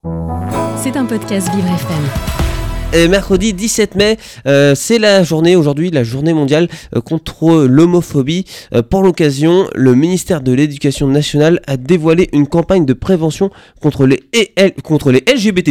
C'est un podcast Vivre FM. Et mercredi 17 mai, c'est la journée mondiale contre l'homophobie. Pour l'occasion, le ministère de l'Éducation nationale a dévoilé une campagne de prévention contre les LGBT+,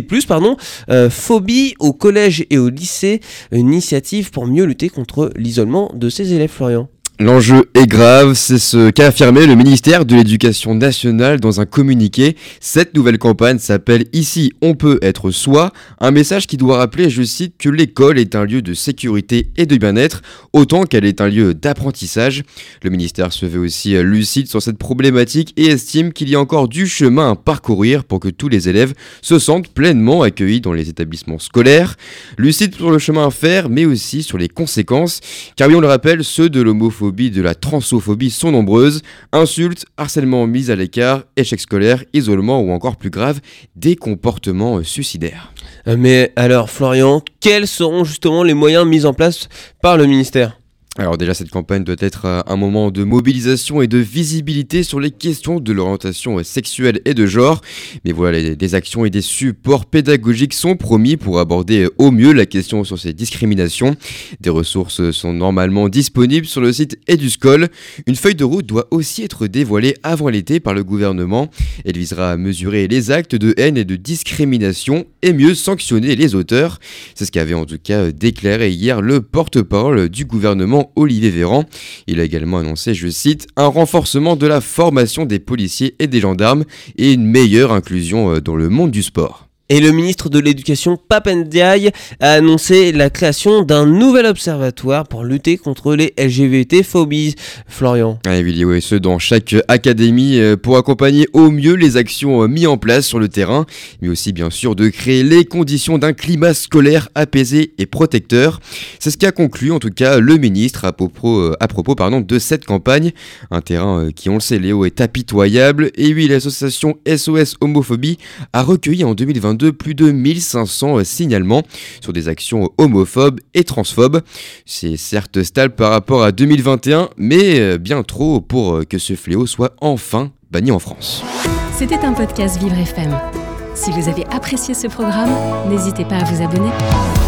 phobie au collège et au lycée, une initiative pour mieux lutter contre l'isolement de ses élèves, Florian. L'enjeu est grave, c'est ce qu'a affirmé le ministère de l'Éducation nationale dans un communiqué. Cette nouvelle campagne s'appelle « Ici, on peut être soi », un message qui doit rappeler, je cite, que l'école est un lieu de sécurité et de bien-être, autant qu'elle est un lieu d'apprentissage. Le ministère se veut aussi lucide sur cette problématique et estime qu'il y a encore du chemin à parcourir pour que tous les élèves se sentent pleinement accueillis dans les établissements scolaires. Lucide sur le chemin à faire, mais aussi sur les conséquences, car oui, on le rappelle, ceux de l'homophobie, de la transophobie sont nombreuses, insultes, harcèlement mis à l'écart, échecs scolaires, isolement ou encore plus grave, des comportements suicidaires. Mais alors Florian, quels seront justement les moyens mis en place par le ministère ? Alors déjà, cette campagne doit être un moment de mobilisation et de visibilité sur les questions de l'orientation sexuelle et de genre. Mais voilà, des actions et des supports pédagogiques sont promis pour aborder au mieux la question sur ces discriminations. Des ressources sont normalement disponibles sur le site Eduscol. Une feuille de route doit aussi être dévoilée avant l'été par le gouvernement. Elle visera à mesurer les actes de haine et de discrimination et mieux sanctionner les auteurs. C'est ce qu'avait en tout cas déclaré hier le porte-parole du gouvernement, Olivier Véran. Il a également annoncé, je cite, un renforcement de la formation des policiers et des gendarmes et une meilleure inclusion dans le monde du sport. Et le ministre de l'Éducation, Pape Ndiaye, a annoncé la création d'un nouvel observatoire pour lutter contre les LGBT-phobies. Florian. Oui, ce dans chaque académie pour accompagner au mieux les actions mises en place sur le terrain, mais aussi bien sûr de créer les conditions d'un climat scolaire apaisé et protecteur. C'est ce qu'a conclu en tout cas le ministre à propos de cette campagne. Un terrain qui, on le sait Léo, est impitoyable. Et oui, l'association SOS Homophobie a recueilli en 2022 plus de 1500 signalements sur des actions homophobes et transphobes. C'est certes stable par rapport à 2021, mais bien trop pour que ce fléau soit enfin banni en France. C'était un podcast Vivre FM. Si vous avez apprécié ce programme, n'hésitez pas à vous abonner.